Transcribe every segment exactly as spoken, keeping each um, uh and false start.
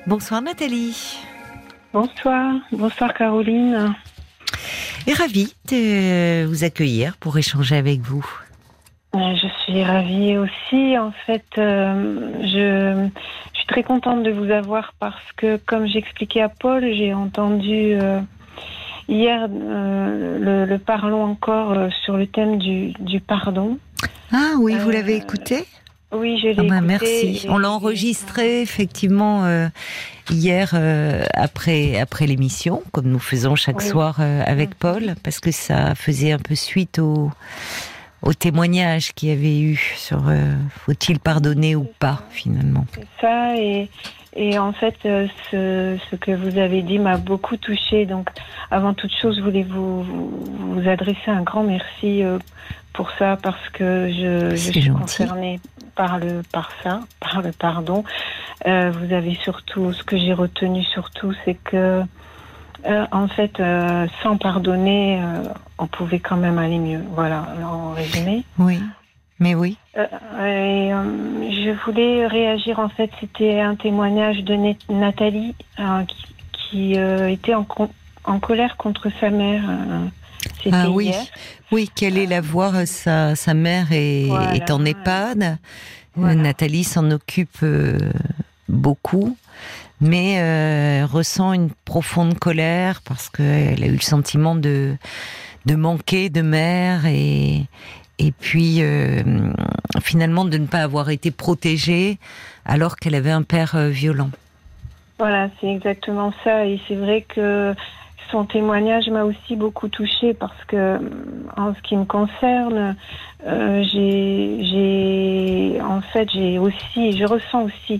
Bonsoir Nathalie. Bonsoir, bonsoir Caroline. Et ravie de vous accueillir pour échanger avec vous. Je suis ravie aussi. En fait, euh, je, je suis très contente de vous avoir parce que, comme j'expliquais à Paul, j'ai entendu euh, hier euh, le, le parlons encore euh, sur le thème du, du pardon. Ah oui, vous Euh, l'avez écouté ? Oui, je l'ai Ah ben, écouté. merci. Et, On l'a enregistré effectivement euh, hier euh, après après l'émission, comme nous faisons chaque oui. soir euh, avec Mm. Paul, parce que ça faisait un peu suite au au témoignage qu'il y avait eu sur euh, faut-il pardonner ou pas finalement. C'est ça, et, et en fait, euh, ce, ce que vous avez dit m'a beaucoup touchée. Donc, avant toute chose, je voulais vous, vous, vous adresser un grand merci euh, pour ça, parce que je, je C'est suis gentil. concernée par le, par ça, par le pardon. Euh, vous avez surtout, ce que j'ai retenu surtout, c'est que, euh, en fait, euh, sans pardonner, euh, on pouvait quand même aller mieux. Voilà, en résumé. Oui, mais oui. Euh, et, euh, je voulais réagir, en fait, c'était un témoignage de Net- Nathalie euh, qui, qui euh, était en, con- en colère contre sa mère. euh, c'était Ah oui, hier. oui, qu'elle est la voir, sa, sa mère est, Voilà. est en EHPAD. Voilà. Euh, Nathalie s'en occupe euh, beaucoup, mais euh, ressent une profonde colère parce qu'elle a eu le sentiment de, de manquer de mère et, et puis euh, finalement de ne pas avoir été protégée alors qu'elle avait un père euh, violent. Voilà, c'est exactement ça. Et c'est vrai que son témoignage m'a aussi beaucoup touchée parce que, en ce qui me concerne, euh, j'ai, j'ai, en fait, j'ai aussi, je ressens aussi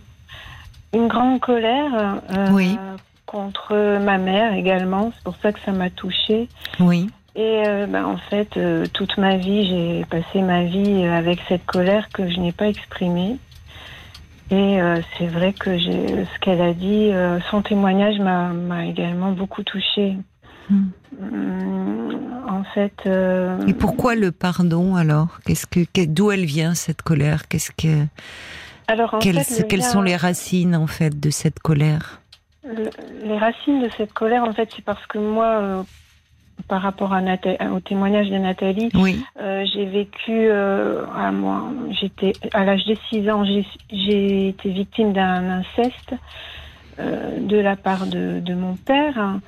une grande colère euh, Oui. contre ma mère également. C'est pour ça que ça m'a touchée. Oui. Et euh, ben, en fait, euh, toute ma vie, j'ai passé ma vie avec cette colère que je n'ai pas exprimée. Et euh, c'est vrai que j'ai, ce qu'elle a dit, euh, son témoignage m'a, m'a également beaucoup touchée. Hmm. Hum, en fait... Euh, Et pourquoi le pardon alors ? Qu'est-ce que, que- d'où elle vient cette colère ? Qu'est-ce que, alors, en quelles, fait, le quelles lien- sont les racines en fait de cette colère ? le- les racines de cette colère, en fait, c'est parce que moi, euh, par rapport à Natha- au témoignage de Nathalie, Oui. euh, j'ai vécu, euh, à moi, j'étais à l'âge de six ans, j'ai, j'ai été victime d'un inceste euh, de la part de, de mon père, hein,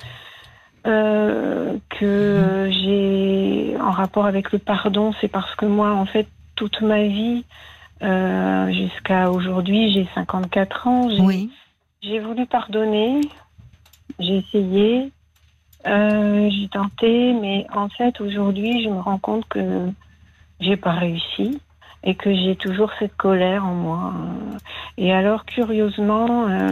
euh, que euh, j'ai en rapport avec le pardon, c'est parce que moi, en fait, toute ma vie, euh, jusqu'à aujourd'hui, j'ai cinquante-quatre ans, j'ai, Oui. j'ai voulu pardonner, j'ai essayé. Euh, j'ai tenté, mais en fait, aujourd'hui, je me rends compte que j'ai pas réussi et que j'ai toujours cette colère en moi. Et alors, curieusement, euh,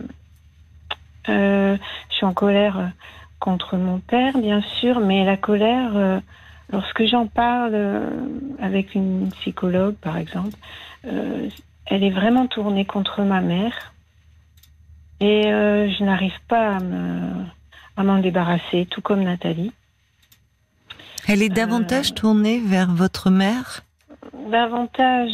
euh, je suis en colère contre mon père, bien sûr, mais la colère, euh, lorsque j'en parle euh, avec une psychologue, par exemple, euh, elle est vraiment tournée contre ma mère. Et euh, je n'arrive pas à me... à m'en débarrasser, tout comme Nathalie. Elle est davantage euh, tournée vers votre mère ? Davantage,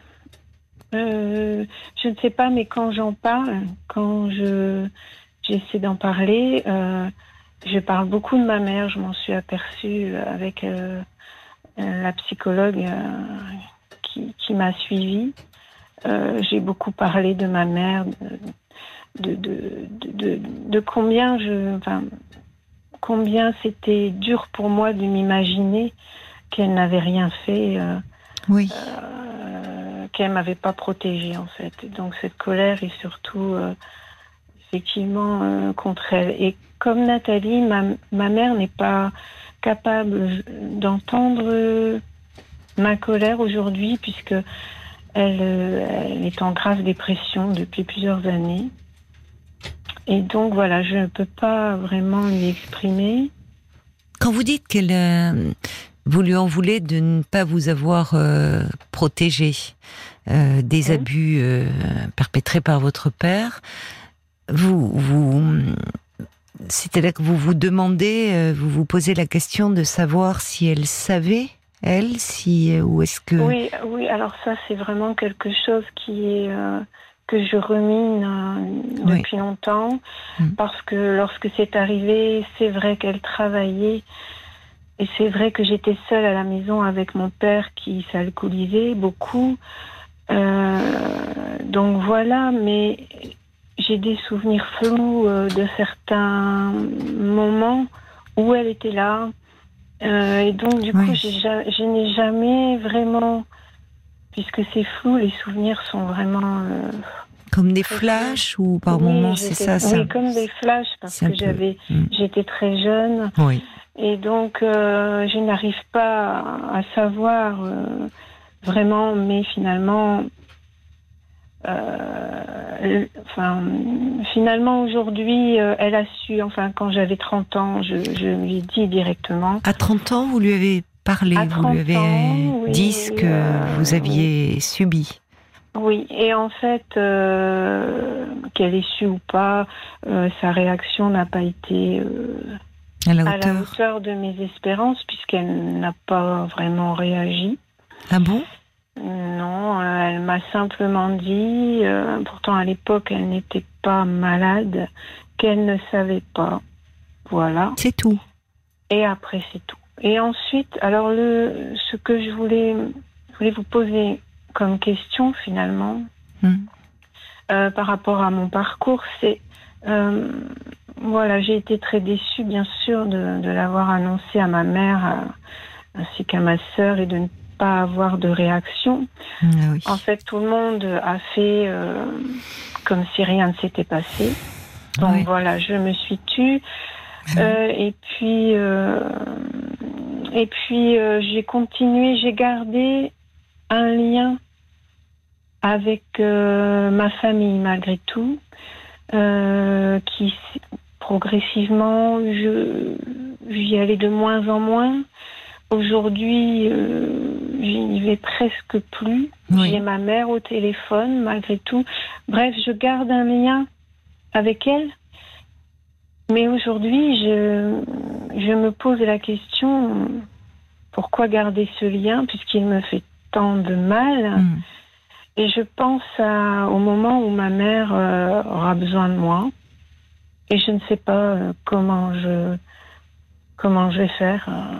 euh, je ne sais pas, mais quand j'en parle, quand je j'essaie d'en parler, euh, je parle beaucoup de ma mère. Je m'en suis aperçue avec euh, la psychologue euh, qui, qui m'a suivie. Euh, j'ai beaucoup parlé de ma mère, de, de, de, de, de combien je... Enfin, combien c'était dur pour moi de m'imaginer qu'elle n'avait rien fait, euh, oui. euh, qu'elle m'avait pas protégée en fait. Et donc cette colère est surtout euh, effectivement euh, contre elle. Et comme Nathalie, ma, ma mère n'est pas capable d'entendre euh, ma colère aujourd'hui puisque elle, euh, elle est en grave dépression depuis plusieurs années. Et donc voilà, je ne peux pas vraiment lui exprimer. Quand vous dites qu'elle, euh, vous lui en voulez de ne pas vous avoir euh, protégé euh, des oui. abus euh, perpétrés par votre père, vous, vous, c'est-à-dire que vous vous demandez, euh, vous vous posez la question de savoir si elle savait, elle, si ou est-ce que oui, oui. Alors ça, c'est vraiment quelque chose qui est euh, que je rumine euh, oui. depuis longtemps, mmh. parce que lorsque c'est arrivé, c'est vrai qu'elle travaillait, et c'est vrai que j'étais seule à la maison avec mon père qui s'alcoolisait beaucoup. Euh, donc voilà, mais j'ai des souvenirs flous euh, de certains moments où elle était là. Euh, et donc du oui. coup, j'ai, je n'ai jamais vraiment, puisque c'est flou, les souvenirs sont vraiment... Euh, comme des flashs ou par oui, moments, c'est ça, ça. Oui, comme des flashs, parce que peu... j'avais, mmh. j'étais très jeune. Oui. Et donc, euh, je n'arrive pas à, à savoir euh, vraiment, mais finalement... Euh, enfin, finalement aujourd'hui, euh, elle a su. Enfin, quand j'avais trente ans, je, je lui ai dit directement. À trente ans, vous lui avez parlé, à vous lui avez ans, oui, dit ce oui, que euh, vous aviez oui. subi. Oui, et en fait, euh, qu'elle ait su ou pas, euh, sa réaction n'a pas été euh, à, la à la hauteur. hauteur de mes espérances, puisqu'elle n'a pas vraiment réagi. Ah bon ? Non, euh, elle m'a simplement dit, euh, pourtant à l'époque elle n'était pas malade, qu'elle ne savait pas. Voilà. C'est tout. Et après c'est tout. Et ensuite, alors le, ce que je voulais, je voulais vous poser comme question finalement, mmh. euh, par rapport à mon parcours, c'est, euh, voilà, j'ai été très déçue bien sûr de, de l'avoir annoncé à ma mère à, ainsi qu'à ma sœur et de ne pas avoir de réaction. Ah oui. En fait, tout le monde a fait euh, comme si rien ne s'était passé. Donc oui. Voilà, je me suis tue. Euh, et puis, euh, et puis euh, j'ai continué, j'ai gardé un lien avec euh, ma famille malgré tout, euh, qui progressivement, je, j'y allais de moins en moins. Aujourd'hui, euh, j'y n'y vais presque plus. Oui. J'ai ma mère au téléphone, malgré tout. Bref, je garde un lien avec elle. Mais aujourd'hui, je, je me pose la question, pourquoi garder ce lien, puisqu'il me fait tant de mal. Mmh. Et je pense à, au moment où ma mère euh, aura besoin de moi. Et je ne sais pas euh, comment je, comment je vais faire. Euh,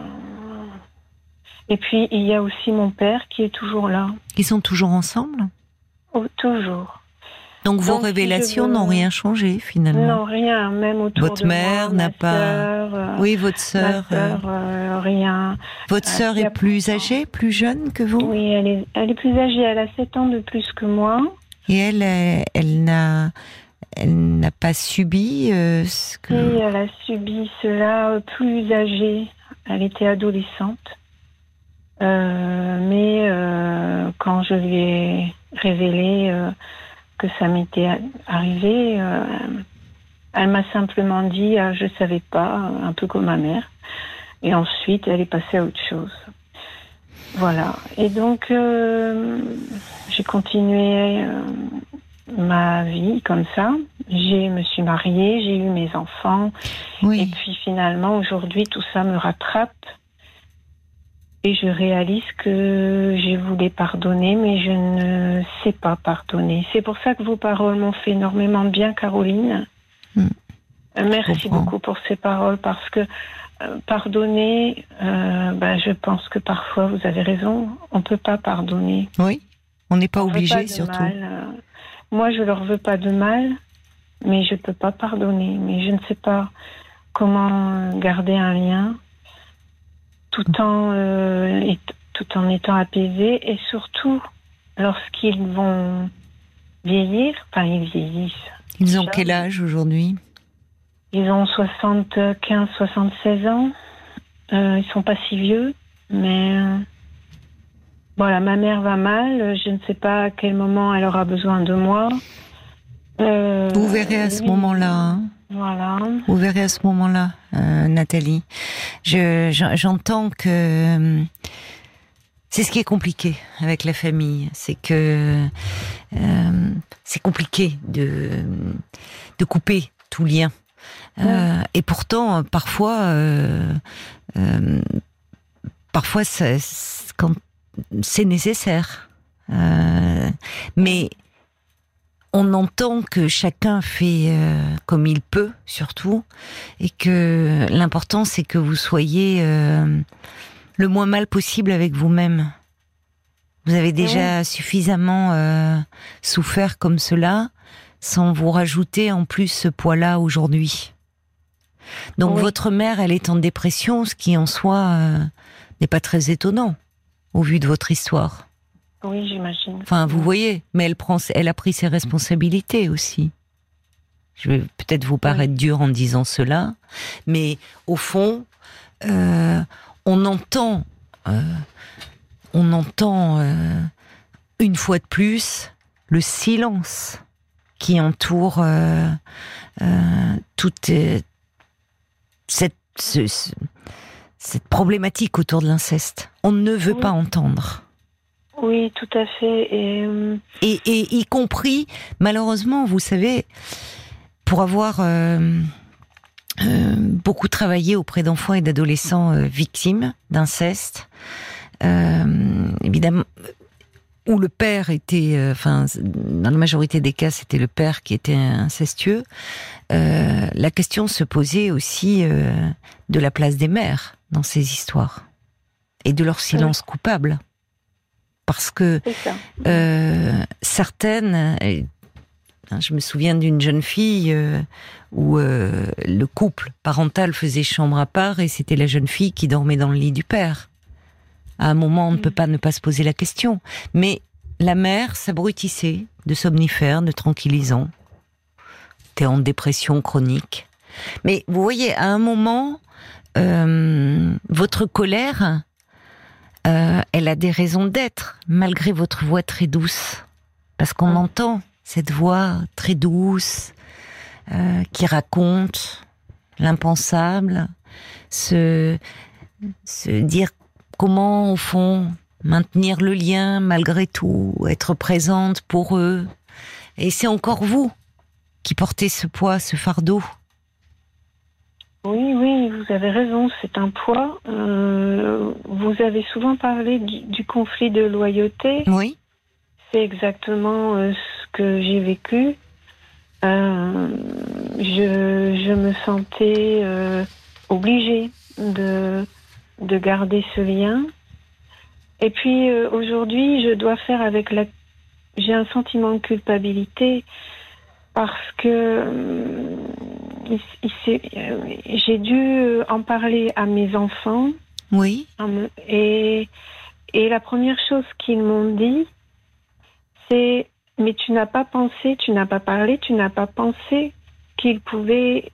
Et puis, il y a aussi mon père qui est toujours là. Ils sont toujours ensemble ? Oh, toujours. Donc, vos Donc, révélations si veux... n'ont rien changé, finalement ? Non, rien, même autour votre de mère moi. n'a pas... Sœur, euh, oui, votre sœur... Ma sœur, euh, rien. Votre sœur euh, est plus âgée, plus jeune que vous ? Oui, elle est, elle est plus âgée, elle a sept ans de plus que moi. Et elle, elle, elle n'a... Elle n'a pas subi euh, ce que... Oui, elle a subi cela euh, plus âgée. Elle était adolescente. Euh, mais euh, quand je lui ai révélé euh, que ça m'était arrivé, euh, elle m'a simplement dit ah, « je savais pas », un peu comme ma mère. Et ensuite, elle est passée à autre chose. Voilà. Et donc, euh, j'ai continué euh, ma vie comme ça. Je me suis mariée, j'ai eu mes enfants. Oui. Et puis finalement, aujourd'hui, tout ça me rattrape. Et je réalise que j'ai voulu pardonner, mais je ne sais pas pardonner. C'est pour ça que vos paroles m'ont fait énormément de bien, Caroline. Mmh. Merci beaucoup pour ces paroles, parce que euh, pardonner, euh, ben, je pense que parfois, vous avez raison, on ne peut pas pardonner. Oui, on n'est pas on obligé, pas surtout. Mal. Moi, je ne leur veux pas de mal, mais je ne peux pas pardonner. Mais je ne sais pas comment garder un lien tout en, euh, et, tout en étant apaisé, et surtout lorsqu'ils vont vieillir, enfin ils vieillissent. Ils déjà. Ont quel âge aujourd'hui ? Ils ont soixante-quinze, soixante-seize ans. Euh, ils sont pas si vieux, mais euh, voilà, ma mère va mal. Je ne sais pas à quel moment elle aura besoin de moi. Euh, Vous verrez à ce oui, moment-là. Hein. Voilà. Vous verrez à ce moment-là, euh, Nathalie. Je, j'entends que euh, c'est ce qui est compliqué avec la famille, c'est que euh, c'est compliqué de de couper tout lien. Ouais. Euh, et pourtant, parfois, euh, euh, parfois, ça, quand c'est nécessaire. Euh, mais on entend que chacun fait euh, comme il peut, surtout, et que l'important, c'est que vous soyez euh, le moins mal possible avec vous-même. Vous avez déjà oui. suffisamment euh, souffert comme cela, sans vous rajouter en plus ce poids-là aujourd'hui. Donc oui. votre mère, elle est en dépression, ce qui en soi euh, n'est pas très étonnant, au vu de votre histoire. Oui, j'imagine. Enfin, vous voyez, mais elle prend, elle a pris ses responsabilités aussi. Je vais peut-être vous paraître oui. dur en disant cela, mais au fond, euh, on entend, euh, on entend euh, une fois de plus le silence qui entoure euh, euh, toute euh, cette, ce, ce, cette problématique autour de l'inceste. On ne veut oui. pas entendre. Oui, tout à fait. Et, euh... et, et y compris, malheureusement, vous savez, pour avoir euh, euh, beaucoup travaillé auprès d'enfants et d'adolescents euh, victimes d'inceste, euh, évidemment, où le père était, euh, enfin, dans la majorité des cas, c'était le père qui était incestueux, euh, la question se posait aussi euh, de la place des mères dans ces histoires et de leur silence oui. coupable. Parce que euh, certaines, je me souviens d'une jeune fille euh, où euh, le couple parental faisait chambre à part et c'était la jeune fille qui dormait dans le lit du père. À un moment, on ne peut pas ne pas se poser la question. Mais la mère s'abrutissait de somnifères, de tranquillisants. Était en dépression chronique. Mais vous voyez, à un moment, euh, votre colère... Euh, elle a des raisons d'être, malgré votre voix très douce. Parce qu'on mmh. entend cette voix très douce, euh, qui raconte l'impensable, se, se dire comment, au fond, maintenir le lien malgré tout, être présente pour eux. Et c'est encore vous qui portez ce poids, ce fardeau. Oui, oui, vous avez raison, c'est un poids. Euh, vous avez souvent parlé du, du conflit de loyauté. Oui. C'est exactement euh, ce que j'ai vécu. Euh, je, je me sentais euh, obligée de, de garder ce lien. Et puis euh, aujourd'hui, je dois faire avec la... J'ai un sentiment de culpabilité parce que... Euh, Il, il euh, j'ai dû en parler à mes enfants. Oui. Et, et la première chose qu'ils m'ont dit, c'est « Mais tu n'as pas pensé, tu n'as pas parlé, tu n'as pas pensé qu'ils pouvaient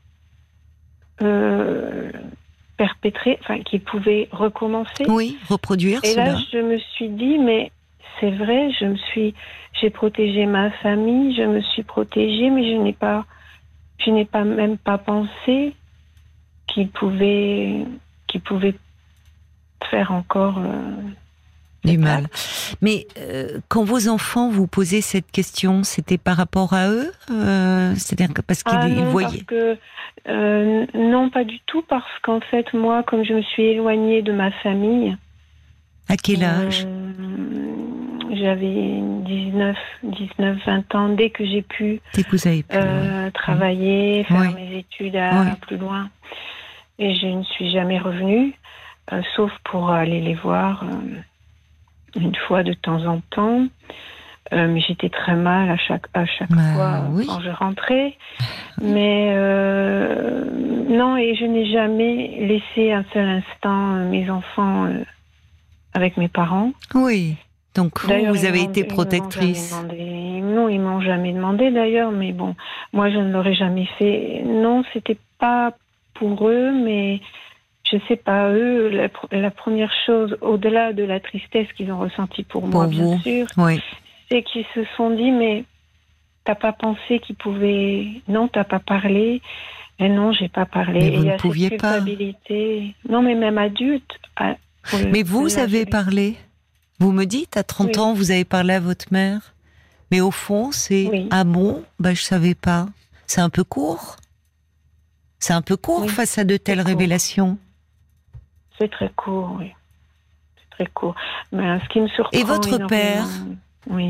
euh, perpétrer, enfin qu'ils pouvaient recommencer. » Oui, reproduire Et cela. là, je me suis dit « Mais c'est vrai, je me suis, j'ai protégé ma famille, je me suis protégée, mais je n'ai pas... » Je n'ai pas même pas pensé qu'il pouvait, qu'il pouvait faire encore euh, du mal. Mais euh, quand vos enfants vous posaient cette question, c'était par rapport à eux, euh, c'est-à-dire que parce qu'ils ah non, voyaient. Parce que, euh, non, pas du tout, parce qu'en fait, moi, comme je me suis éloignée de ma famille. À quel âge ? euh, J'avais dix-neuf, vingt ans, dès que j'ai pu, dès que vous avez pu euh, ouais. travailler, faire oui. mes études à, oui. plus loin. Et je ne suis jamais revenue, euh, sauf pour aller les voir euh, une fois de temps en temps. Euh, mais j'étais très mal à chaque, à chaque bah, fois oui. quand je rentrais. Mais euh, non, et je n'ai jamais laissé un seul instant euh, mes enfants euh, avec mes parents. Oui. Donc vous, d'ailleurs, vous avez été été protectrice. Ils non, ils m'ont jamais demandé d'ailleurs, mais bon, moi je ne l'aurais jamais fait. Non, c'était pas pour eux, mais je sais pas, eux, la, la première chose, au-delà de la tristesse qu'ils ont ressentie pour, pour moi, vous. bien sûr, oui. c'est qu'ils se sont dit, mais t'as pas pensé qu'ils pouvaient... Non, t'as pas parlé. Et non, j'ai pas parlé. Mais vous et ne pouviez cette pas. Culpabilité. Non, mais même adulte. À, mais vous avez parlé. Vous me dites, à trente oui. ans, vous avez parlé à votre mère. Mais au fond, c'est oui. ah bon, bah je savais pas. C'est un peu court. C'est un peu court oui. face à de telles révélations. C'est très court, oui. C'est très court. Mais ce qui me surprend. Et votre père, oui.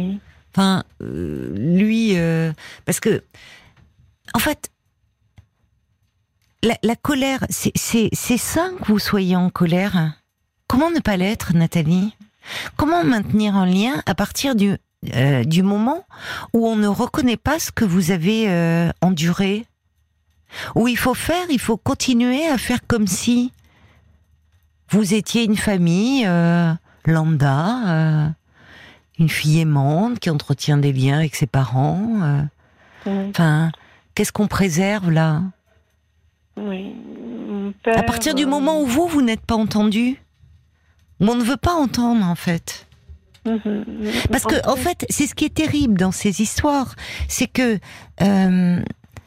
Enfin, euh, lui, euh, parce que, en fait, la, la colère, c'est, c'est, c'est sain que vous soyez en colère. Comment ne pas l'être, Nathalie ? Comment maintenir un lien à partir du, euh, du moment où on ne reconnaît pas ce que vous avez euh, enduré ? Où il faut faire, il faut continuer à faire comme si vous étiez une famille euh, lambda, euh, une fille aimante qui entretient des liens avec ses parents. Euh, oui. Enfin, qu'est-ce qu'on préserve là ? Oui. Mon père, à partir du moment où vous, vous n'êtes pas entendu, où on ne veut pas entendre en fait. Mmh. Parce que en fait, c'est ce qui est terrible dans ces histoires, c'est que euh,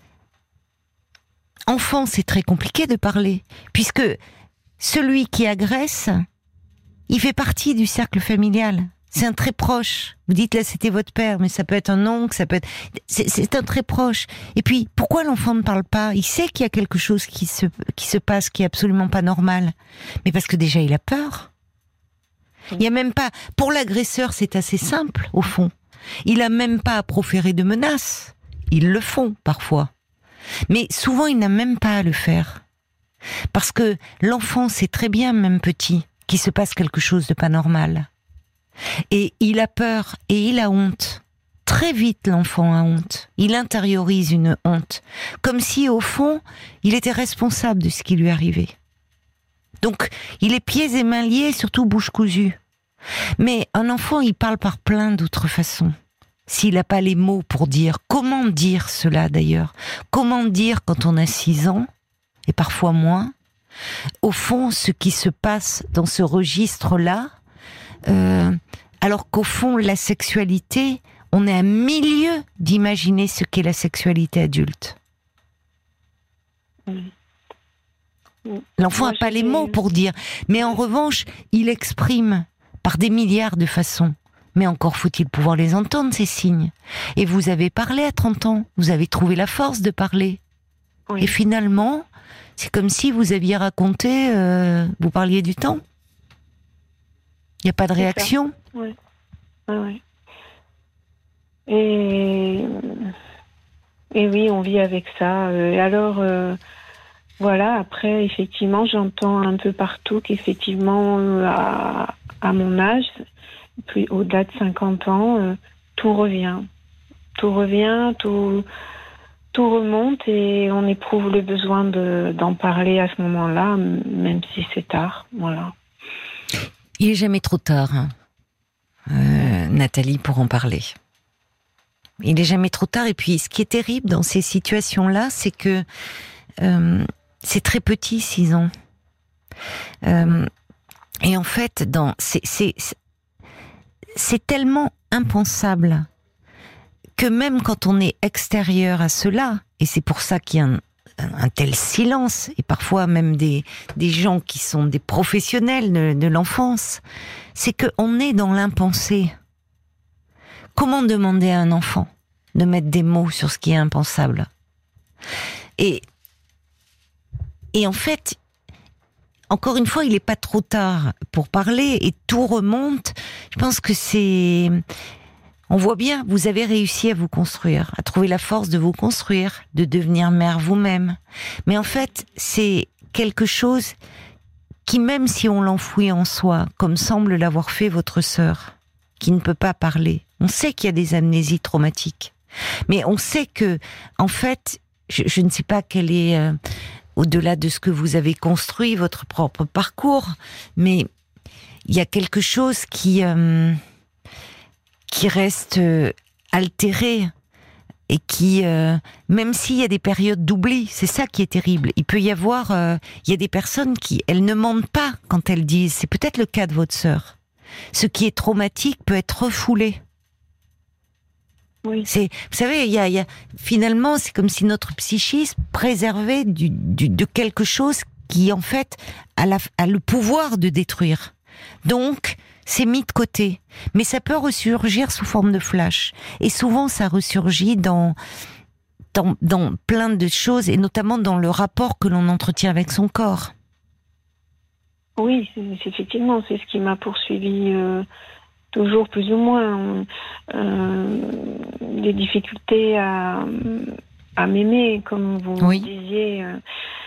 enfant, c'est très compliqué de parler, puisque celui qui agresse, il fait partie du cercle familial. C'est un très proche. Vous dites là, c'était votre père, mais ça peut être un oncle, ça peut être. C'est, c'est un très proche. Et puis, pourquoi l'enfant ne parle pas ? Il sait qu'il y a quelque chose qui se qui se passe, qui est absolument pas normal. Mais parce que déjà, il a peur. Il y a même pas. Pour l'agresseur, c'est assez simple au fond. Il a même pas à proférer de menaces. Ils le font parfois. Mais souvent, il n'a même pas à le faire. Parce que l'enfant sait très bien, même petit, qu'il se passe quelque chose de pas normal. Et il a peur et il a honte. Très vite, l'enfant a honte. Il intériorise une honte. Comme si, au fond, il était responsable de ce qui lui arrivait. Donc, il est pieds et mains liés, surtout bouche cousue. Mais un enfant, il parle par plein d'autres façons. S'il n'a pas les mots pour dire, comment dire cela d'ailleurs ? Comment dire quand on a six ans, et parfois moins, au fond, ce qui se passe dans ce registre-là, euh, alors qu'au fond, la sexualité, on est à milieu d'imaginer ce qu'est la sexualité adulte. Mmh. L'enfant n'a pas les mots pour dire, mais en revanche, il exprime par des milliards de façons. Mais encore faut-il pouvoir les entendre, ces signes. Et vous avez parlé à trente ans, vous avez trouvé la force de parler. Oui. Et finalement, c'est comme si vous aviez raconté, euh, vous parliez du temps. Il n'y a pas de réaction. Oui. Ah, oui. Et... Et oui, on vit avec ça. Et alors, euh, voilà, après, effectivement, j'entends un peu partout qu'effectivement, à, à mon âge, puis au-delà de cinquante ans, euh, tout revient. Tout revient, tout, tout remonte et on éprouve le besoin de, d'en parler à ce moment-là, même si c'est tard. Voilà. Il n'est jamais trop tard, hein, euh, Nathalie, pour en parler. Il n'est jamais trop tard. Et puis, ce qui est terrible dans ces situations-là, c'est que euh, c'est très petit, six ans. Euh, et en fait, dans, c'est, c'est, c'est tellement impensable que même quand on est extérieur à cela, et c'est pour ça qu'il y a un, un tel silence, et parfois même des, des gens qui sont des professionnels de, de l'enfance, c'est qu'on est dans l'impensé. Comment demander à un enfant de mettre des mots sur ce qui est impensable ? Et, et en fait, encore une fois, il n'est pas trop tard pour parler et tout remonte. Je pense que c'est... On voit bien, vous avez réussi à vous construire, à trouver la force de vous construire, de devenir mère vous-même. Mais en fait, c'est quelque chose qui, même si on l'enfouit en soi, comme semble l'avoir fait votre sœur, qui ne peut pas parler, on sait qu'il y a des amnésies traumatiques. Mais on sait que, en fait, je, je ne sais pas quel est... Euh, au-delà de ce que vous avez construit, votre propre parcours, mais il y a quelque chose qui euh, qui reste euh, altéré et qui, euh, même s'il y a des périodes d'oubli, c'est ça qui est terrible. Il peut y avoir, euh, il y a des personnes qui, elles ne mentent pas quand elles disent. C'est peut-être le cas de votre sœur. Ce qui est traumatique peut être refoulé. Oui. C'est, vous savez, il y a, il y a, finalement, c'est comme si notre psychisme préservait du, du, de quelque chose qui, en fait, a, la, a le pouvoir de détruire. Donc, c'est mis de côté. Mais ça peut ressurgir sous forme de flash. Et souvent, ça ressurgit dans, dans, dans plein de choses, et notamment dans le rapport que l'on entretient avec son corps. Oui, c'est, c'est effectivement, c'est ce qui m'a poursuivi... Euh... toujours plus ou moins euh, des difficultés à, à m'aimer, comme vous oui. disiez, euh,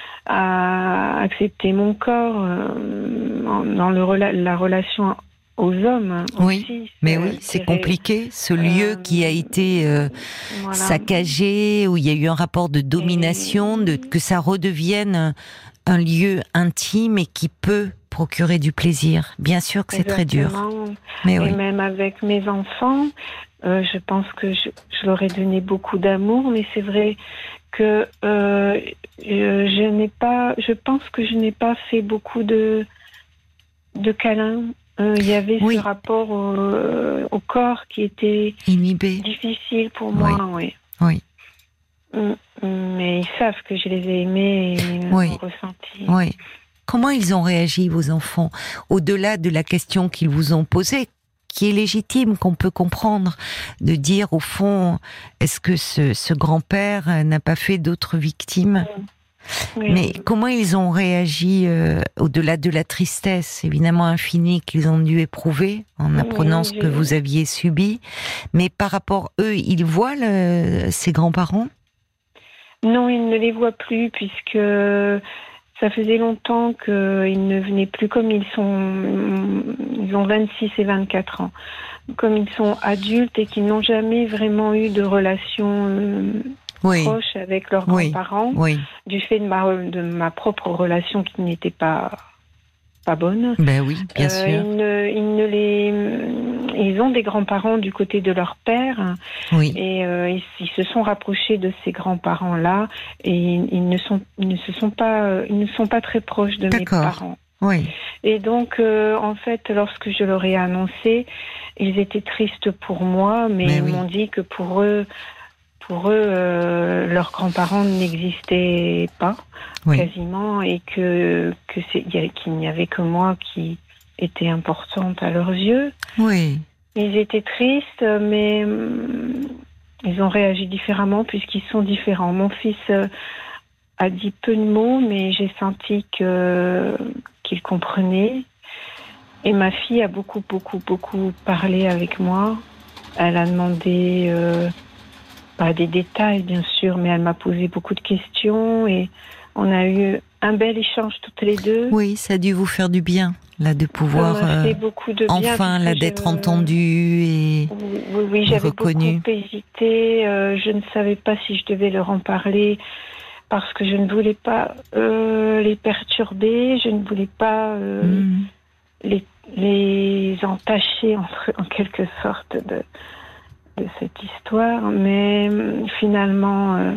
à accepter mon corps, euh, dans le rela- la relation aux hommes oui, aussi. mais oui, c'est compliqué. Ce lieu euh, qui a été euh, voilà. saccagé, où il y a eu un rapport de domination, et... de, que ça redevienne un, un lieu intime et qui peut procurer du plaisir. Bien sûr que c'est très dur. Mais et oui. même avec mes enfants, euh, je pense que je, je leur ai donné beaucoup d'amour, mais c'est vrai que euh, je, je n'ai pas, je pense que je n'ai pas fait beaucoup de, de câlins. Euh, il y avait oui. ce rapport au, euh, au corps qui était inhibé, difficile pour moi. Oui. oui. oui. Mais ils savent que je les ai aimés et ils oui. l'ont ressenti. Oui. Comment ils ont réagi, vos enfants, au-delà de la question qu'ils vous ont posée, qui est légitime, qu'on peut comprendre, de dire au fond, est-ce que ce, ce grand-père n'a pas fait d'autres victimes ? Oui. Mais comment ils ont réagi euh, au-delà de la tristesse, évidemment infinie, qu'ils ont dû éprouver en apprenant oui, ce que vous aviez subi, mais par rapport eux, ils voient le, ces grands-parents ? Non, ils ne les voient plus puisque ça faisait longtemps qu'ils ne venaient plus, comme ils sont, ils ont vingt-six et vingt-quatre ans, comme ils sont adultes et qu'ils n'ont jamais vraiment eu de relation euh, oui. proche avec leurs oui. grands-parents, oui. du fait de ma, de ma propre relation qui n'était pas, pas bonne. Ben oui, bien euh, sûr. Ils ne, ils ne les, ils ont des grands-parents du côté de leur père, oui. et euh, ils, ils se sont rapprochés de ces grands-parents-là, et ils, ils ne sont, ils ne se sont pas, ils ne sont pas très proches de D'accord. mes parents. Oui. Et donc, euh, en fait, lorsque je leur ai annoncé, ils étaient tristes pour moi, mais, mais ils oui. m'ont dit que pour eux, pour eux, euh, leurs grands-parents n'existaient pas oui. quasiment, et que, que c'est, qu'il n'y avait que moi qui était importante à leurs yeux. Oui. Ils étaient tristes, mais hum, ils ont réagi différemment puisqu'ils sont différents. Mon fils euh, a dit peu de mots, mais j'ai senti que, qu'il comprenait. Et ma fille a beaucoup, beaucoup, beaucoup parlé avec moi. Elle a demandé euh, pas des détails, bien sûr, mais elle m'a posé beaucoup de questions et on a eu un bel échange toutes les deux. Oui, ça a dû vous faire du bien, là, de pouvoir ça m'a fait beaucoup de bien, enfin, là, d'être je... entendu et oui, oui, oui j'avais reconnu. beaucoup hésité. Euh, je ne savais pas si je devais leur en parler parce que je ne voulais pas euh, les perturber, je ne voulais pas euh, mmh. les, les entacher, entre, en quelque sorte, de, de cette histoire. Mais finalement, euh,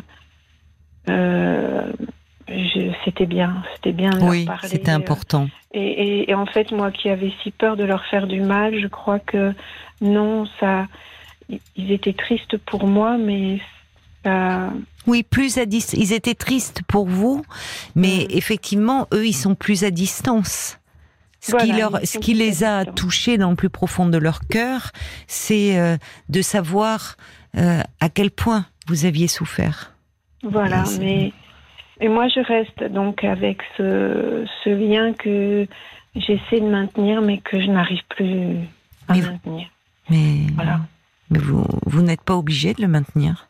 euh, je, c'était bien, c'était bien de oui, leur parler. C'était important. Et, et, et en fait, moi qui avais si peur de leur faire du mal, je crois que non, ça, ils étaient tristes pour moi, mais ça... Oui, plus à distance. Ils étaient tristes pour vous, mais mmh. effectivement, eux, ils sont plus à distance. Ce voilà, qui, leur, ce qui les a touchés dans le plus profond de leur cœur, c'est euh, de savoir euh, à quel point vous aviez souffert. Voilà, et mais et moi je reste donc avec ce, ce lien que j'essaie de maintenir, mais que je n'arrive plus à mais, maintenir. Mais, voilà. mais vous, vous n'êtes pas obligé de le maintenir.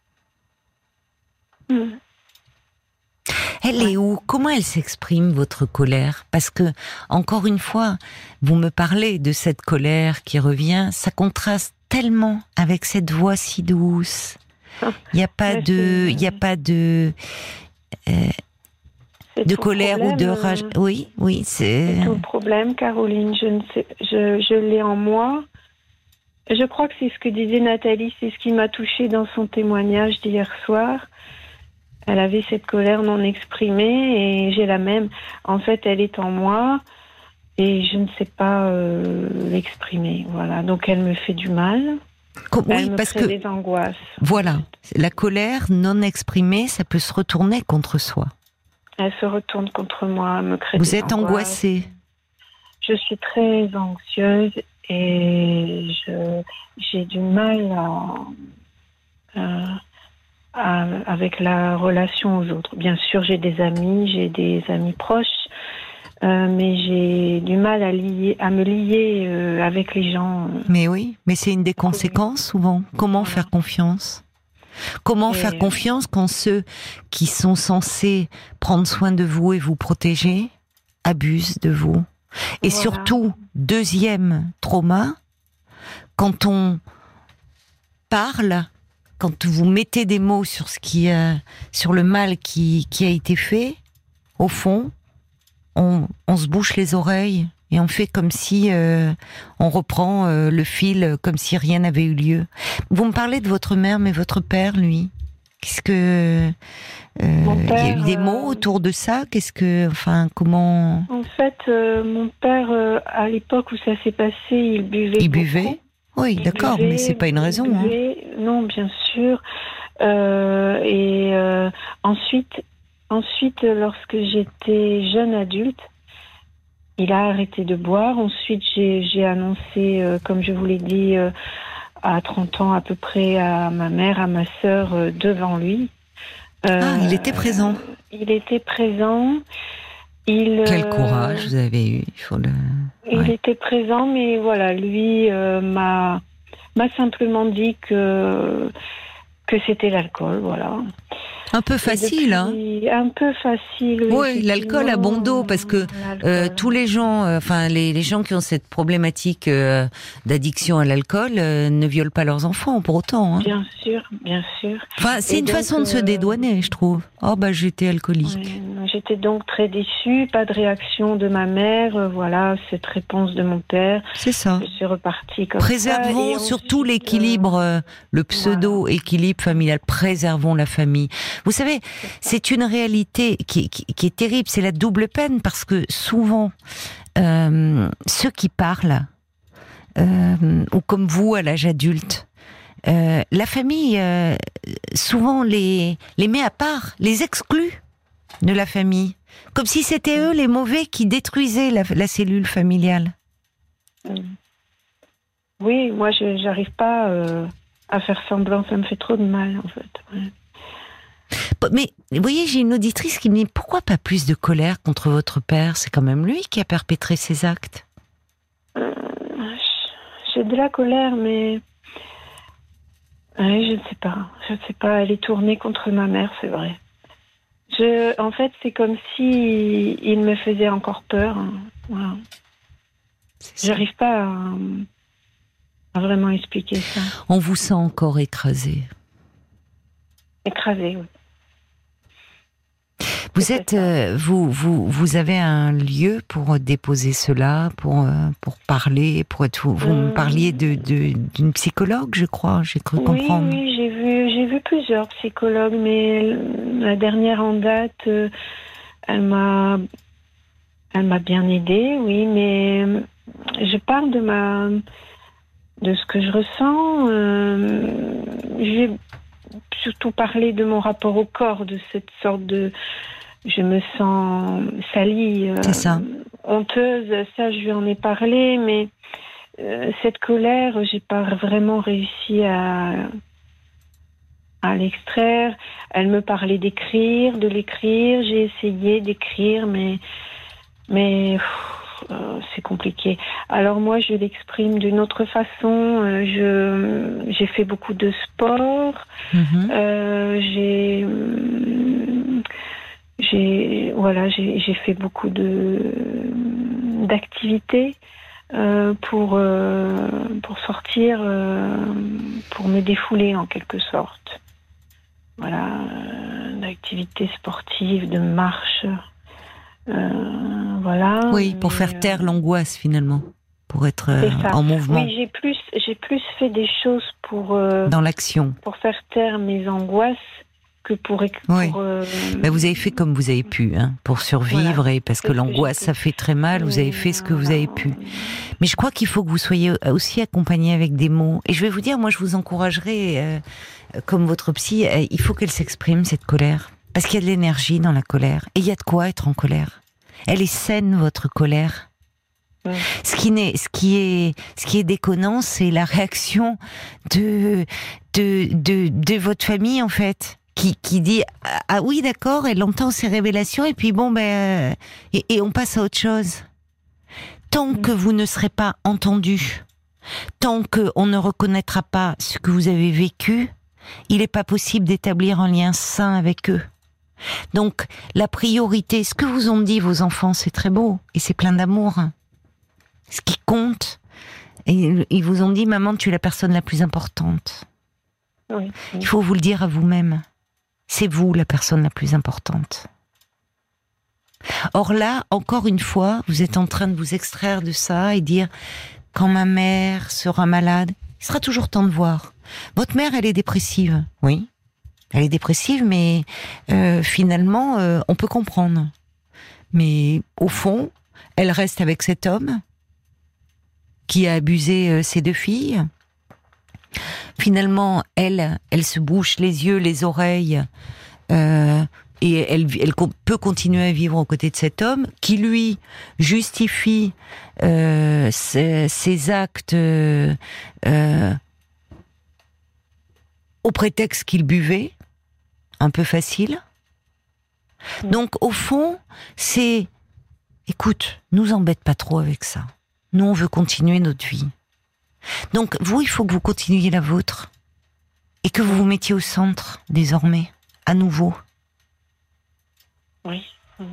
Mmh. Elle est où ? Comment elle s'exprime, votre colère ? Parce que, encore une fois, vous me parlez de cette colère qui revient, ça contraste tellement avec cette voix si douce. Il n'y a pas de, il n'y a pas de, euh, de colère problème, ou de rage. Euh, oui, oui, c'est. C'est tout le problème, Caroline. Je ne sais, je, je l'ai en moi. Je crois que c'est ce que disait Nathalie, c'est ce qui m'a touchée dans son témoignage d'hier soir. Elle avait cette colère non exprimée et j'ai la même. En fait, elle est en moi et je ne sais pas euh, l'exprimer. Voilà. Donc, elle me fait du mal. Comme, elle oui, me parce crée que des angoisses. Voilà, la colère non exprimée, ça peut se retourner contre soi. Elle se retourne contre moi, elle me crée Vous des êtes angoisses. angoissée. Je suis très anxieuse et je, j'ai du mal à. à avec la relation aux autres. Bien sûr, j'ai des amis, j'ai des amis proches, Euh, mais j'ai du mal à, lier, à me lier euh, avec les gens. Mais oui, mais c'est une des conséquences souvent. Comment voilà. faire confiance ? Comment et faire confiance quand ceux qui sont censés prendre soin de vous et vous protéger abusent de vous ? Et voilà. surtout, deuxième trauma, quand on parle, quand vous mettez des mots sur ce qui, euh, sur le mal qui, qui a été fait, au fond, on, on se bouche les oreilles et on fait comme si euh, on reprend euh, le fil, comme si rien n'avait eu lieu. Vous me parlez de votre mère, mais votre père, lui, qu'est-ce que euh, il y a eu des mots autour de ça ? Qu'est-ce que, enfin, comment ? En fait, euh, mon père, euh, à l'époque où ça s'est passé, il buvait. Il beaucoup. buvait. Oui, il d'accord, buvait, mais c'est pas une raison. Buvait, hein. Non, bien sûr. Euh, et euh, ensuite. Ensuite, lorsque j'étais jeune adulte, il a arrêté de boire. Ensuite, j'ai, j'ai annoncé, euh, comme je vous l'ai dit, euh, à trente ans à peu près, à ma mère, à ma sœur, euh, devant lui. Euh, ah, il était présent. Euh, il était présent. Il, Quel courage vous avez eu. Il faut le... Il ouais. était présent, mais voilà, lui euh, m'a, m'a simplement dit que, que c'était l'alcool, voilà. Un peu facile, hein. Un peu facile. Oui, l'alcool a bon dos parce que euh, tous les gens, euh, enfin les, les gens qui ont cette problématique euh, d'addiction à l'alcool euh, ne violent pas leurs enfants pour autant. Hein. Bien sûr, bien sûr. Enfin, c'est Et une donc, façon de se dédouaner, je trouve. Oh bah j'étais alcoolique. Ouais, j'étais donc très déçue, pas de réaction de ma mère, euh, voilà cette réponse de mon père. C'est ça. Je suis repartie comme Préservons ça. surtout ensuite, l'équilibre, euh, le pseudo-équilibre voilà. familial. Préservons la famille. Vous savez, c'est une réalité qui, qui, qui est terrible, c'est la double peine parce que souvent, euh, ceux qui parlent, euh, ou comme vous à l'âge adulte, euh, la famille euh, souvent les, les met à part, les exclut de la famille, comme si c'était eux les mauvais qui détruisaient la, la cellule familiale. Oui, moi je j'arrive pas euh, à faire semblant, ça me fait trop de mal en fait. Ouais. Mais vous voyez, j'ai une auditrice qui me dit pourquoi pas plus de colère contre votre père ? C'est quand même lui qui a perpétré ces actes. Euh, j'ai de la colère, mais oui, je ne sais pas. Je ne sais pas. Elle est tournée contre ma mère, c'est vrai. Je, en fait, c'est comme si il me faisait encore peur. Voilà. J'arrive pas à, à vraiment expliquer ça. On vous sent encore écrasé. Écrasé, oui. Vous êtes, euh, vous, vous, vous avez un lieu pour déposer cela, pour euh, pour parler, pour être. Vous mmh. me parliez de, de d'une psychologue, je crois. J'ai cru oui, comprendre. Oui, j'ai vu, j'ai vu plusieurs psychologues, mais la dernière en date, euh, elle m'a, elle m'a bien aidée, oui, mais je parle de ma, de ce que je ressens. Euh, j'ai surtout parlé de mon rapport au corps, de cette sorte de je me sens salie, euh, ça. honteuse, ça je lui en ai parlé, mais euh, cette colère, j'ai pas vraiment réussi à, à l'extraire. Elle me parlait d'écrire, de l'écrire, j'ai essayé d'écrire, mais, mais pff, euh, c'est compliqué. Alors moi, je l'exprime d'une autre façon. Euh, je, j'ai fait beaucoup de sport, mm-hmm. euh, j'ai... J'ai voilà, j'ai, j'ai fait beaucoup de d'activités euh, pour euh, pour sortir, euh, pour me défouler en quelque sorte. Voilà, euh, d'activités sportives, de marche, euh, voilà. Oui, pour mais, faire taire euh, l'angoisse finalement, pour être euh, en mouvement. Oui, j'ai plus j'ai plus fait des choses pour euh, dans l'action, pour faire taire mes angoisses. Que pour, pour oui. euh... ben vous avez fait comme vous avez pu, hein, pour survivre voilà. et parce que l'angoisse que ça fait très mal. Vous avez fait ce que vous avez pu. Mais je crois qu'il faut que vous soyez aussi accompagné avec des mots. Et je vais vous dire, moi, je vous encouragerai, euh, comme votre psy, euh, il faut qu'elle s'exprime cette colère, parce qu'il y a de l'énergie dans la colère. Et il y a de quoi être en colère. Elle est saine, votre colère. Ouais. Ce qui n'est, ce qui est, ce qui est déconnant, c'est la réaction de, de, de, de votre famille, en fait. qui, qui dit ah oui d'accord, elle entend ces révélations et puis bon ben euh, et, et on passe à autre chose. Tant que vous ne serez pas entendu, tant que on ne reconnaîtra pas ce que vous avez vécu, il n'est pas possible d'établir un lien sain avec eux. Donc la priorité, ce que vous ont dit vos enfants, c'est très beau et c'est plein d'amour. Ce qui compte, et ils vous ont dit maman, tu es la personne la plus importante. Oui, oui. Il faut vous le dire à vous-même. C'est vous la personne la plus importante. Or là, encore une fois, vous êtes en train de vous extraire de ça et dire quand ma mère sera malade, il sera toujours temps de voir. Votre mère, elle est dépressive, oui. Elle est dépressive, mais euh, finalement, euh, on peut comprendre. Mais au fond, elle reste avec cet homme qui a abusé euh, ses deux filles. Finalement, elle, elle se bouche les yeux, les oreilles, euh, et elle, elle peut continuer à vivre aux côtés de cet homme qui, lui, justifie euh, ses, ses actes euh, euh, au prétexte qu'il buvait, un peu facile. Donc, au fond, c'est... Écoute, nous embête pas trop avec ça. Nous, on veut continuer notre vie. Donc, vous, il faut que vous continuiez la vôtre et que vous vous mettiez au centre, désormais, à nouveau. Oui.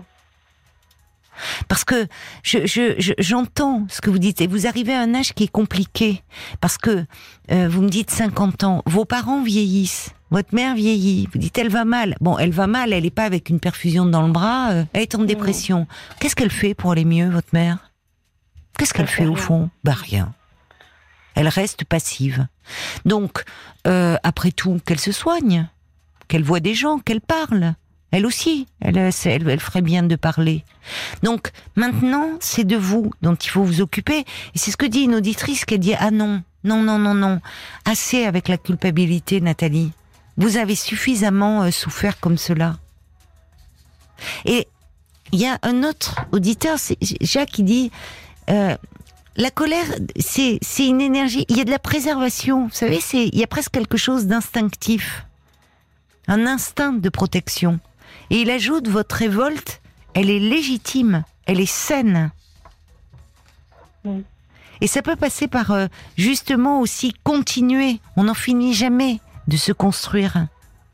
Parce que je, je, je, j'entends ce que vous dites et vous arrivez à un âge qui est compliqué parce que euh, vous me dites cinquante ans, vos parents vieillissent, votre mère vieillit, vous dites elle va mal. Bon, elle va mal, elle n'est pas avec une perfusion dans le bras, euh, elle est en dépression. Non. Qu'est-ce qu'elle fait pour aller mieux, votre mère ? Qu'est-ce qu'elle fait au fond ? Bah rien. Elle reste passive. Donc, euh, après tout, qu'elle se soigne, qu'elle voit des gens, qu'elle parle. Elle aussi, elle, elle, elle ferait bien de parler. Donc, maintenant, c'est de vous dont il faut vous occuper. Et c'est ce que dit une auditrice qui a dit « Ah non, non, non, non, non. Assez avec la culpabilité, Nathalie. Vous avez suffisamment euh, souffert comme cela. » Et il y a un autre auditeur, c'est Jacques, qui dit euh, « La colère, c'est, c'est une énergie. Il y a de la préservation. Vous savez, c'est, il y a presque quelque chose d'instinctif. Un instinct de protection. » Et il ajoute, votre révolte, elle est légitime, elle est saine. Oui. Et ça peut passer par, euh, justement, aussi continuer. On n'en finit jamais de se construire.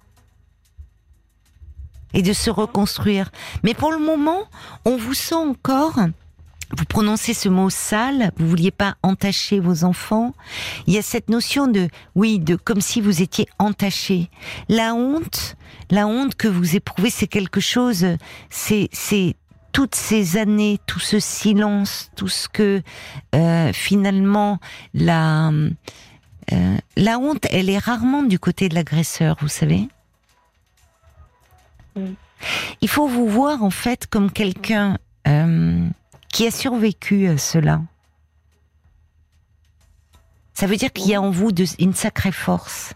Et de se reconstruire. Mais pour le moment, on vous sent encore... Vous prononcez ce mot sale, vous vouliez pas entacher vos enfants. Il y a cette notion de, oui, de comme si vous étiez entaché. La honte, la honte que vous éprouvez, c'est quelque chose, c'est, c'est toutes ces années, tout ce silence, tout ce que euh, finalement la euh, la honte, elle est rarement du côté de l'agresseur, vous savez. Oui. Il faut vous voir en fait comme quelqu'un euh, qui a survécu à cela. Ça veut dire qu'il y a en vous de, une sacrée force.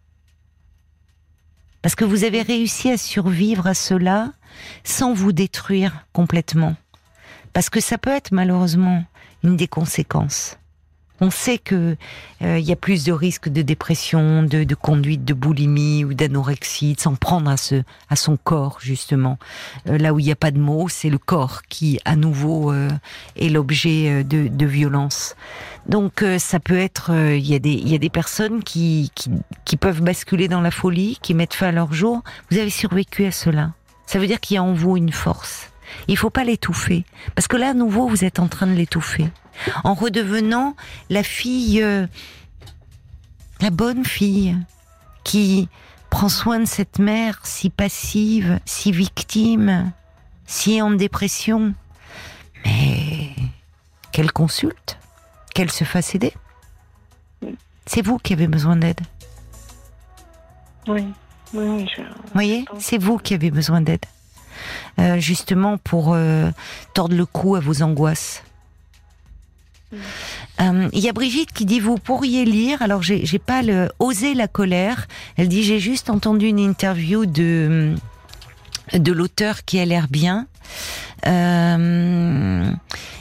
Parce que vous avez réussi à survivre à cela sans vous détruire complètement. Parce que ça peut être malheureusement une des conséquences. On sait que euh, y a plus de risques de dépression, de, de conduite, de boulimie ou d'anorexie, de s'en prendre à, ce, à son corps justement. Euh, là où il n'y a pas de mots, c'est le corps qui à nouveau euh, est l'objet de, de violence. Donc euh, ça peut être, il euh, y a des, il y a des personnes qui, qui, qui peuvent basculer dans la folie, qui mettent fin à leur jour. Vous avez survécu à cela. Ça veut dire qu'il y a en vous une force. Il faut pas l'étouffer, parce que là à nouveau vous êtes en train de l'étouffer. En redevenant la fille, euh, la bonne fille, qui prend soin de cette mère si passive, si victime, si en dépression. Mais qu'elle consulte, qu'elle se fasse aider. C'est vous qui avez besoin d'aide. Oui, oui, oui. Je... Vous voyez, c'est vous qui avez besoin d'aide. Euh, justement pour euh, tordre le cou à vos angoisses. Il mmh. euh, y a Brigitte qui dit vous pourriez lire, alors j'ai, j'ai pas le oser la colère, elle dit j'ai juste entendu une interview de de l'auteur qui a l'air bien euh,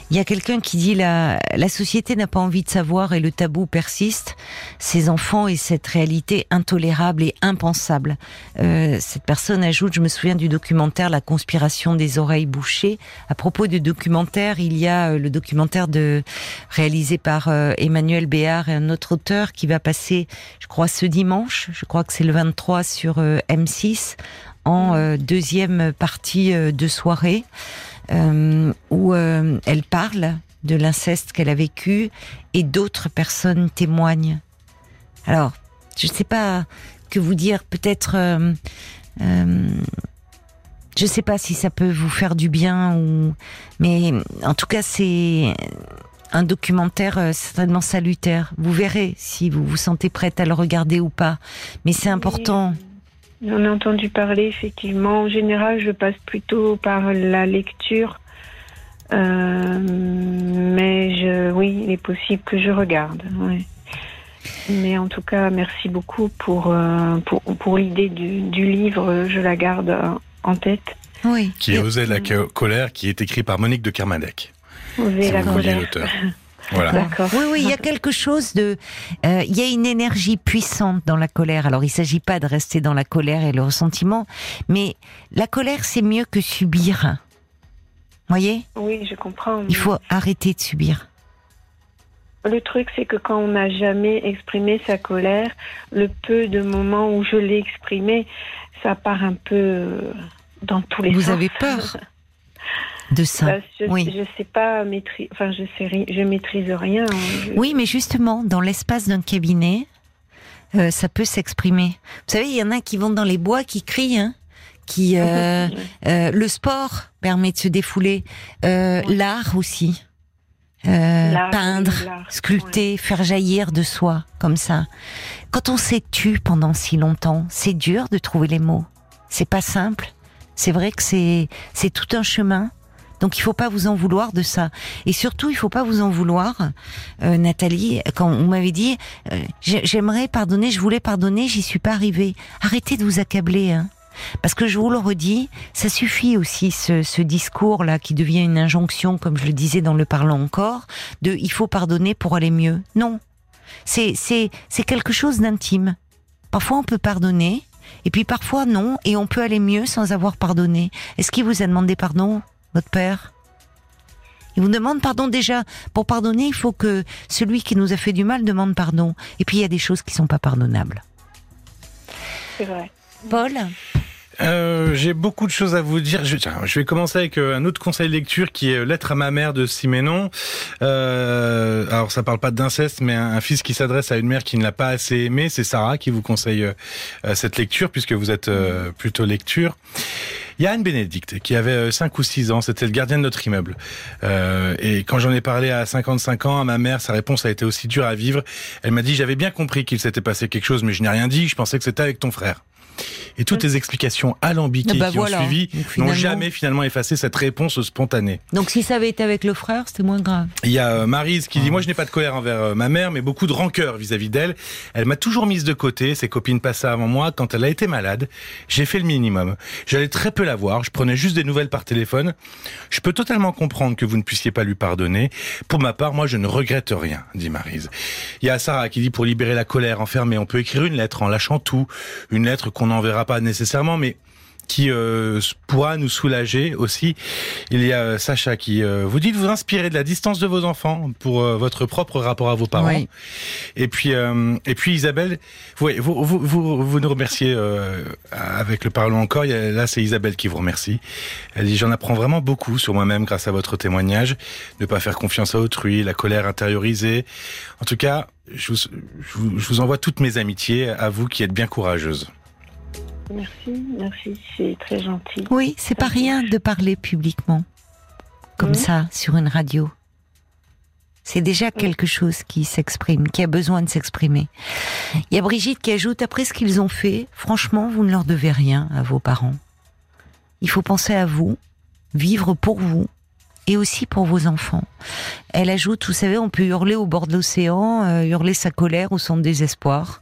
Il y a quelqu'un qui dit la, la société n'a pas envie de savoir et le tabou persiste. Ces enfants et cette réalité intolérable et impensable. Euh, cette personne ajoute, je me souviens du documentaire La conspiration des oreilles bouchées. À propos de documentaire, il y a le documentaire de, réalisé par euh, Emmanuel Béard et un autre auteur qui va passer, je crois, ce dimanche. Je crois que c'est le vingt-trois sur euh, M six, en euh, deuxième partie euh, de soirée. Euh, où euh, elle parle de l'inceste qu'elle a vécu et d'autres personnes témoignent. Alors, je ne sais pas que vous dire, peut-être, euh, euh, je ne sais pas si ça peut vous faire du bien, ou, mais en tout cas, c'est un documentaire euh, certainement salutaire. Vous verrez si vous vous sentez prête à le regarder ou pas, mais c'est important. Oui. On a entendu parler, effectivement. En général, je passe plutôt par la lecture. Euh, mais je, oui, il est possible que je regarde. Ouais. Mais en tout cas, merci beaucoup pour, euh, pour, pour l'idée du, du livre. Je la garde en tête. Oui. Qui est Oser la colère, qui est écrit par Monique de Kermadec. Oser si la vous voyez colère. l'auteur. Voilà. D'accord. Oui, oui, il y a quelque chose de, euh, il y a une énergie puissante dans la colère. Alors, il s'agit pas de rester dans la colère et le ressentiment, mais la colère, c'est mieux que subir. Voyez ? Oui, je comprends. Il faut arrêter de subir. Le truc, c'est que quand on n'a jamais exprimé sa colère, le peu de moments où je l'ai exprimé, ça part un peu dans tous les Vous sens. Vous avez peur de ça? Bah, je, oui. Je sais pas maîtriser, enfin je sais ri... je maîtrise rien. Je... Oui, mais justement, dans l'espace d'un cabinet, euh, ça peut s'exprimer. Vous savez, il y en a qui vont dans les bois, qui crient, hein, qui euh, euh, le sport permet de se défouler, euh, ouais. L'art aussi, euh, l'art, peindre, oui, l'art. sculpter, ouais. Faire jaillir de soi comme ça. Quand on s'est tu pendant si longtemps, c'est dur de trouver les mots. C'est pas simple. C'est vrai que c'est c'est tout un chemin. Donc il faut pas vous en vouloir de ça. Et surtout, il faut pas vous en vouloir, euh, Nathalie, quand vous m'avez dit euh, j'aimerais pardonner, je voulais pardonner, j'y suis pas arrivée. Arrêtez de vous accabler, hein. Parce que je vous le redis, ça suffit aussi ce, ce discours-là qui devient une injonction, comme je le disais dans le parlant encore, de il faut pardonner pour aller mieux. Non, c'est c'est c'est quelque chose d'intime. Parfois on peut pardonner, et puis parfois non, et on peut aller mieux sans avoir pardonné. Est-ce qu'il vous a demandé pardon, votre père? Il vous demande pardon déjà. Pour pardonner, il faut que celui qui nous a fait du mal demande pardon. Et puis il y a des choses qui sont pas pardonnables. C'est vrai. Paul? Euh, j'ai beaucoup de choses à vous dire. Je, tiens, je vais commencer avec un autre conseil de lecture qui est Lettre à ma mère de Siménon. Euh, alors ça parle pas d'inceste, mais un, un fils qui s'adresse à une mère qui ne l'a pas assez aimé. C'est Sarah qui vous conseille euh, cette lecture puisque vous êtes euh, plutôt lecture. Il y a Anne-Bénédicte qui avait cinq ou six ans, c'était le gardien de notre immeuble. Euh, et quand j'en ai parlé à cinquante-cinq ans à ma mère, sa réponse a été aussi dure à vivre. Elle m'a dit, j'avais bien compris qu'il s'était passé quelque chose, mais je n'ai rien dit, je pensais que c'était avec ton frère. Et toutes les explications alambiquées bah qui voilà. ont suivi n'ont jamais finalement effacé cette réponse spontanée. Donc si ça avait été avec le frère, c'était moins grave. Il y a euh, Maryse qui dit, moi je n'ai pas de colère envers euh, ma mère, mais beaucoup de rancœur vis-à-vis d'elle. Elle m'a toujours mise de côté, ses copines passaient avant moi. Quand elle a été malade, j'ai fait le minimum. J'allais très peu la voir, je prenais juste des nouvelles par téléphone. Je peux totalement comprendre que vous ne puissiez pas lui pardonner. Pour ma part, moi je ne regrette rien, dit Maryse. Il y a Sarah qui dit, pour libérer la colère enfermée, on peut écrire une lettre en lâchant tout. Une lettre qu'on n'enverra pas nécessairement, mais qui euh, pourra nous soulager aussi. Il y a euh, Sacha qui euh, vous dit de vous inspirer de la distance de vos enfants pour euh, votre propre rapport à vos parents. Oui. Et puis euh, et puis Isabelle, vous vous vous, vous, vous nous remerciez euh, avec le parlant encore. Il y a, là, c'est Isabelle qui vous remercie. Elle dit, j'en apprends vraiment beaucoup sur moi-même grâce à votre témoignage. Ne pas faire confiance à autrui, la colère intériorisée. En tout cas, je vous, je vous, je vous envoie toutes mes amitiés à vous qui êtes bien courageuse. Merci, merci, c'est très gentil. Oui, c'est pas rien de parler publiquement, comme mmh. ça, sur une radio. C'est déjà quelque chose qui s'exprime, qui a besoin de s'exprimer. Il y a Brigitte qui ajoute, après ce qu'ils ont fait, franchement, vous ne leur devez rien à vos parents. Il faut penser à vous, vivre pour vous, et aussi pour vos enfants. Elle ajoute, vous savez, on peut hurler au bord de l'océan, euh, hurler sa colère ou son désespoir,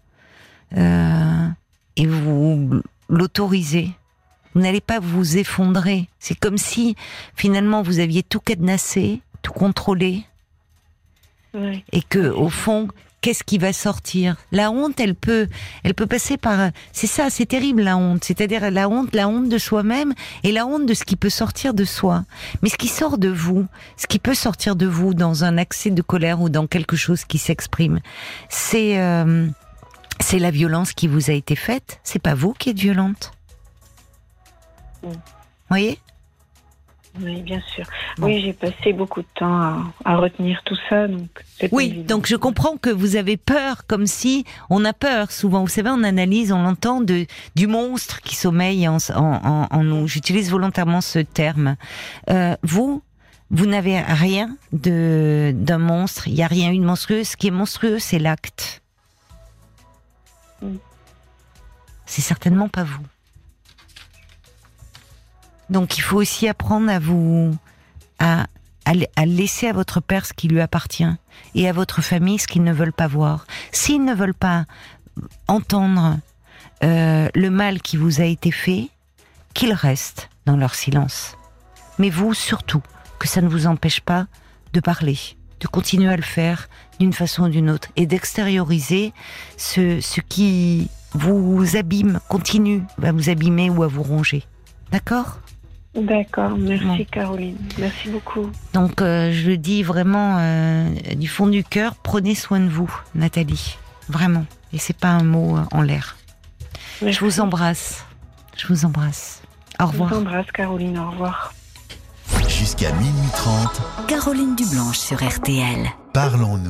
euh, et vous l'autorisez. Vous n'allez pas vous effondrer. C'est comme si, finalement, vous aviez tout cadenassé, tout contrôler. Oui. Et que, au fond, qu'est-ce qui va sortir ? La honte, elle peut, elle peut passer par. C'est ça, c'est terrible la honte. C'est-à-dire la honte, la honte de soi-même et la honte de ce qui peut sortir de soi. Mais ce qui sort de vous, ce qui peut sortir de vous dans un accès de colère ou dans quelque chose qui s'exprime, c'est euh, c'est la violence qui vous a été faite. C'est pas vous qui êtes violente. Oui. Vous voyez ? Oui, bien sûr. Bon. Oui, j'ai passé beaucoup de temps à, à retenir tout ça, donc c'est pas Oui, évident. donc je comprends que vous avez peur, comme si on a peur souvent. Vous savez, on analyse, on l'entend de du monstre qui sommeille en, en, en, en nous. J'utilise volontairement ce terme. Euh, vous, vous n'avez rien de d'un monstre. Il n'y a rien eu de monstrueux. Ce qui est monstrueux, c'est l'acte. Mm. C'est certainement pas vous. Donc il faut aussi apprendre à vous à, à, à laisser à votre père ce qui lui appartient et à votre famille ce qu'ils ne veulent pas voir. S'ils ne veulent pas entendre euh, le mal qui vous a été fait, qu'ils restent dans leur silence. Mais vous, surtout, que ça ne vous empêche pas de parler, de continuer à le faire d'une façon ou d'une autre et d'extérioriser ce, ce qui vous abîme, continue à vous abîmer ou à vous ronger. D'accord ? D'accord, merci Bon. Caroline, merci beaucoup. Donc euh, je le dis vraiment euh, du fond du cœur, prenez soin de vous, Nathalie, vraiment. Et c'est pas un mot euh, en l'air. Merci. Je vous embrasse, je vous embrasse. Au Je revoir. vous embrasse Caroline, au revoir. Jusqu'à minuit trente, Caroline Dublanche sur R T L. parlons-nous.